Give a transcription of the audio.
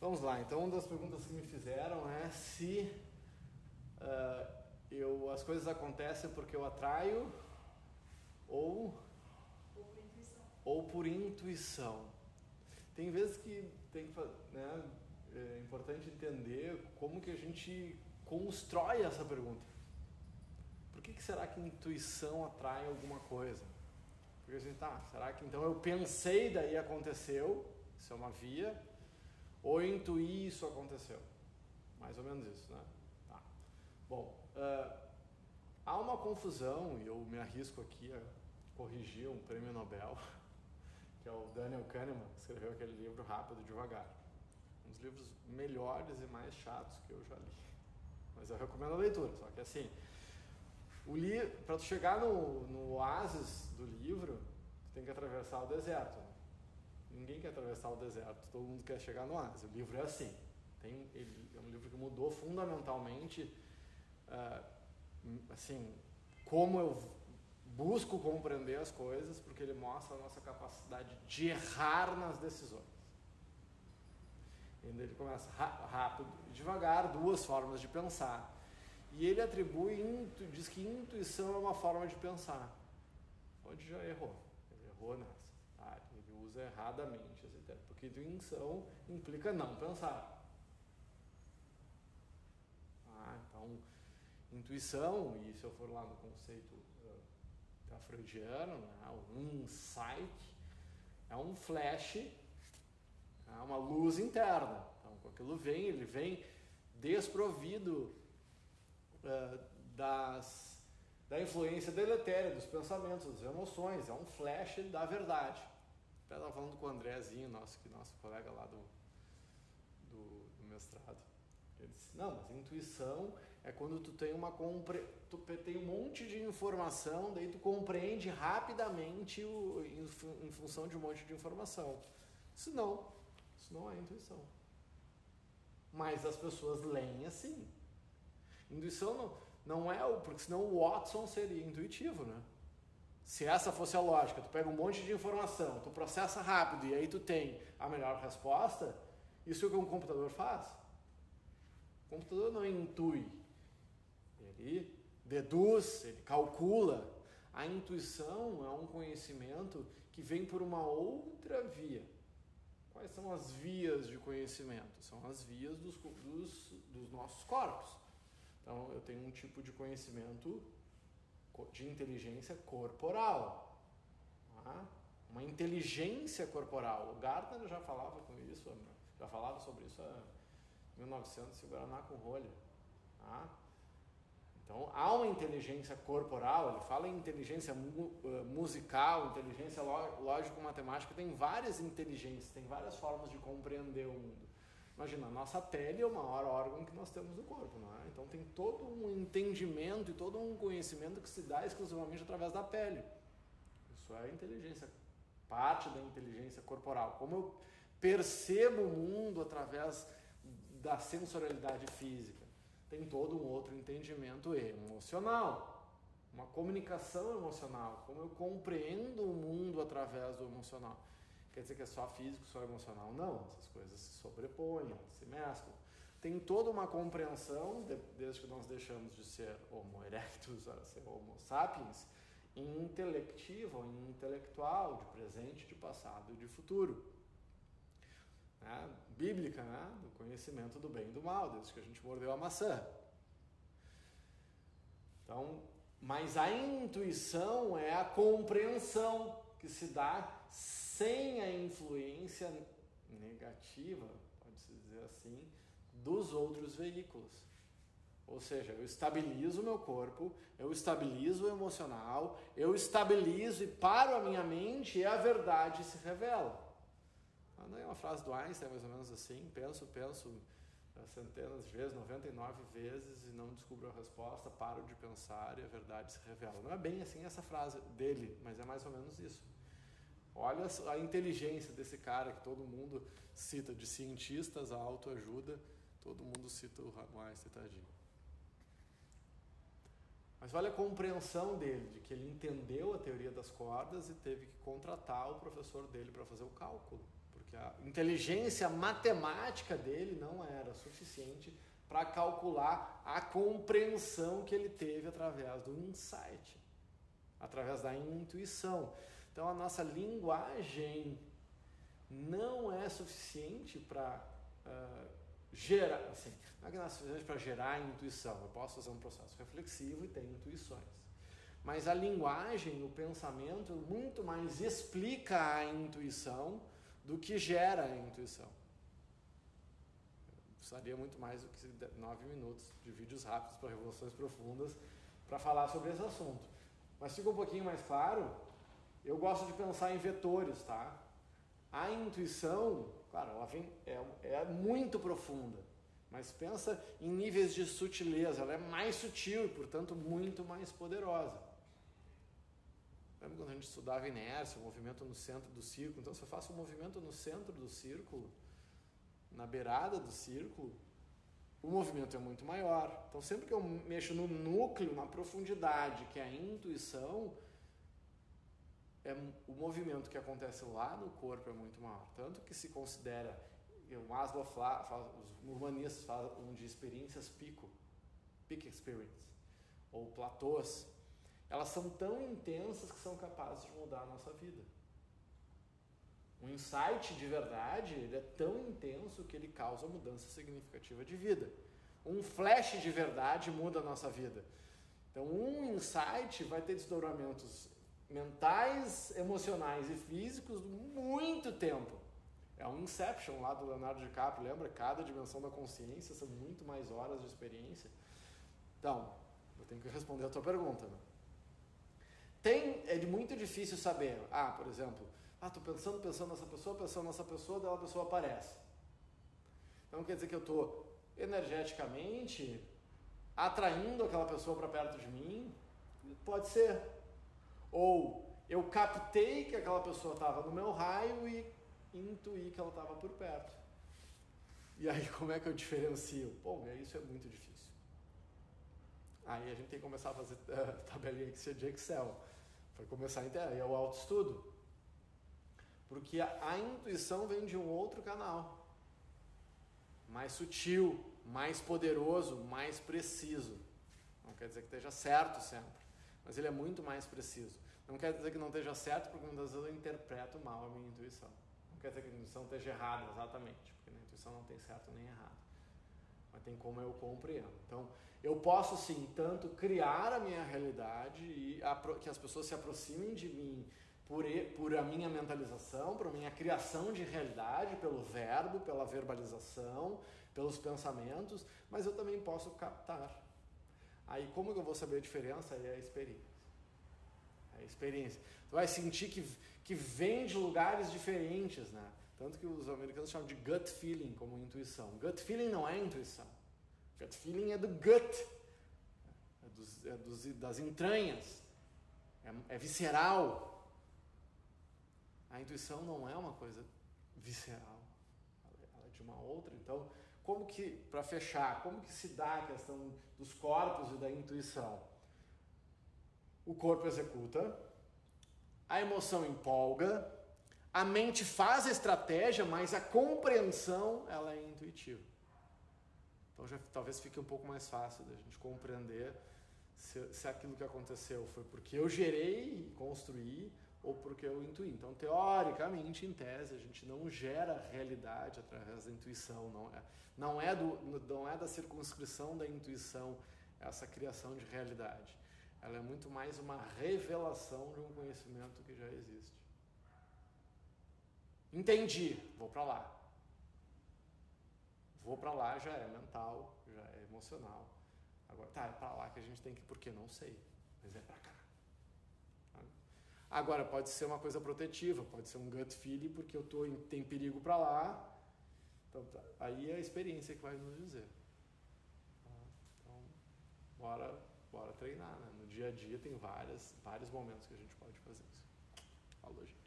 Vamos lá, então uma das perguntas que me fizeram é se as coisas acontecem porque eu atraio ou por intuição. Tem vezes que é importante entender como que a gente constrói essa pergunta. Por que será que intuição atrai alguma coisa? Porque a gente, será que então eu pensei, daí aconteceu, isso é uma via, ou eu intuí, isso aconteceu? Mais ou menos isso, né? Tá. Bom, há uma confusão, e eu me arrisco aqui a corrigir um prêmio Nobel, que é o Daniel Kahneman, que escreveu aquele livro Rápido e Devagar. Um dos livros melhores e mais chatos que eu já li. Mas eu recomendo a leitura, só que assim, para tu chegar no oásis do livro, tu tem que atravessar o deserto. Né? Ninguém quer atravessar o deserto, todo mundo quer chegar no oásis. O livro é assim. Ele é um livro que mudou fundamentalmente assim, como eu busco compreender as coisas, porque ele mostra a nossa capacidade de errar nas decisões. Ele começa rápido e devagar, duas formas de pensar. E ele diz que intuição é uma forma de pensar. Onde já errou. Ele errou nessa. Ele usa erradamente esse termo, porque intuição implica não pensar. Então, intuição, e se eu for lá no conceito freudiano, né, o insight, é um flash, uma luz interna. Então, com aquilo ele vem desprovido da influência deletéria dos pensamentos, das emoções, é um flash da verdade. Eu estava falando com o Andrézinho, nosso colega lá do mestrado. Ele disse, não, mas intuição é quando tu tem tu tem um monte de informação, daí tu compreende rapidamente em função de um monte de informação. Isso não é intuição. Mas as pessoas leem assim. Intuição não é porque senão o Watson seria intuitivo, né? Se essa fosse a lógica, tu pega um monte de informação, tu processa rápido e aí tu tem a melhor resposta, isso é o que um computador faz. O computador não intui, ele deduz, ele calcula. A intuição é um conhecimento que vem por uma outra via. Quais são as vias de conhecimento? São as vias dos nossos corpos. Então, eu tenho um tipo de conhecimento de inteligência corporal. Uma inteligência corporal. O Gardner já falava sobre isso há 1900, segurar na com rolha. Então, há uma inteligência corporal, ele fala em inteligência musical, inteligência lógico-matemática, tem várias inteligências, tem várias formas de compreender o mundo. Imagina, a nossa pele é o maior órgão que nós temos no corpo, não é? Então tem todo um entendimento e todo um conhecimento que se dá exclusivamente através da pele. Isso é inteligência, parte da inteligência corporal. Como eu percebo o mundo através da sensorialidade física. Tem todo um outro entendimento emocional, uma comunicação emocional, como eu compreendo o mundo através do emocional. Quer dizer que é só físico, só emocional? Não, essas coisas se sobrepõem, se mesclam. Tem toda uma compreensão, desde que nós deixamos de ser homo erectus a ser homo sapiens, intelectiva ou intelectual, de presente, de passado e de futuro. Bíblica, do conhecimento do bem e do mal, desde que a gente mordeu a maçã. Então, mas a intuição é a compreensão que se dá sem a influência negativa, pode-se dizer assim, dos outros veículos. Ou seja, eu estabilizo o meu corpo, eu estabilizo o emocional, eu estabilizo e paro a minha mente e a verdade se revela. Não é uma frase do Einstein, mais ou menos assim, penso centenas de vezes, 99 vezes e não descubro a resposta, paro de pensar e a verdade se revela. Não é bem assim essa frase dele, mas é mais ou menos isso. Olha a inteligência desse cara que todo mundo cita, de cientistas a autoajuda, todo mundo cita o Einstein, tadinho. Mas olha a compreensão dele, de que ele entendeu a teoria das cordas e teve que contratar o professor dele para fazer o cálculo. Porque que a inteligência matemática dele não era suficiente para calcular a compreensão que ele teve através do insight, através da intuição. Então a nossa linguagem não é suficiente para gerar, assim, não é que não é suficiente para gerar intuição. Eu posso fazer um processo reflexivo e ter intuições. Mas a linguagem, o pensamento, muito mais explica a intuição do que gera a intuição. Eu precisaria muito mais do que 9 minutos de vídeos rápidos para revoluções profundas para falar sobre esse assunto. Mas fica um pouquinho mais claro, eu gosto de pensar em vetores, tá? A intuição, claro, ela é muito profunda, mas pensa em níveis de sutileza, ela é mais sutil e, portanto, muito mais poderosa. Lembra quando a gente estudava inércia, o movimento no centro do círculo? Então, se eu faço um movimento no centro do círculo, na beirada do círculo, o movimento é muito maior. Então, sempre que eu mexo no núcleo, na profundidade, que é a intuição, o movimento que acontece lá no corpo é muito maior. Tanto que se considera, o Maslow os humanistas falam de experiências peak experience, ou platôs. Elas são tão intensas que são capazes de mudar a nossa vida. Um insight de verdade, ele é tão intenso que ele causa mudança significativa de vida. Um flash de verdade muda a nossa vida. Então, um insight vai ter desdobramentos mentais, emocionais e físicos muito tempo. É um Inception lá do Leonardo DiCaprio, lembra? Cada dimensão da consciência são muito mais horas de experiência. Então, eu tenho que responder a tua pergunta, né? É muito difícil saber, por exemplo, tô pensando nessa pessoa, daí a pessoa aparece. Então quer dizer que eu estou energeticamente atraindo aquela pessoa para perto de mim? Pode ser. Ou eu captei que aquela pessoa estava no meu raio e intuí que ela estava por perto. E aí como é que eu diferencio? Isso é muito difícil. Aí a gente tem que começar a fazer tabelinha de Excel. Vai começar a entender, é o autoestudo. Porque a intuição vem de um outro canal. Mais sutil, mais poderoso, mais preciso. Não quer dizer que esteja certo sempre, mas ele é muito mais preciso. Não quer dizer que não esteja certo, porque muitas vezes eu interpreto mal a minha intuição. Não quer dizer que a intuição esteja errada, exatamente, porque na intuição não tem certo nem errado. Mas tem como eu compreendo. Então, eu posso sim, tanto criar a minha realidade e que as pessoas se aproximem de mim por a minha mentalização, por a minha criação de realidade, pelo verbo, pela verbalização, pelos pensamentos, mas eu também posso captar. Aí como que eu vou saber a diferença? É a experiência. É a experiência. Tu vai sentir que vem de lugares diferentes, né? Tanto que os americanos chamam de gut feeling como intuição. Gut feeling não é intuição. Gut feeling é do gut, das entranhas, é visceral. A intuição não é uma coisa visceral, ela é de uma outra. Então, para fechar, como que se dá a questão dos corpos e da intuição? O corpo executa, a emoção empolga, a mente faz a estratégia, mas a compreensão ela é intuitiva. Então talvez fique um pouco mais fácil da gente compreender se aquilo que aconteceu foi porque eu gerei e construí ou porque eu intuí. Então, teoricamente, em tese, a gente não gera realidade através da intuição. Não é da circunscrição da intuição essa criação de realidade. Ela é muito mais uma revelação de um conhecimento que já existe. Entendi, vou para lá. Vou para lá já é mental, já é emocional. Agora, é para lá que a gente tem que ir, porque não sei, mas é para cá. Agora, pode ser uma coisa protetiva, pode ser um gut feeling, porque tem perigo para lá. Então, aí é a experiência que vai nos dizer. Então, bora treinar, né? No dia a dia tem vários momentos que a gente pode fazer isso. Falou, gente.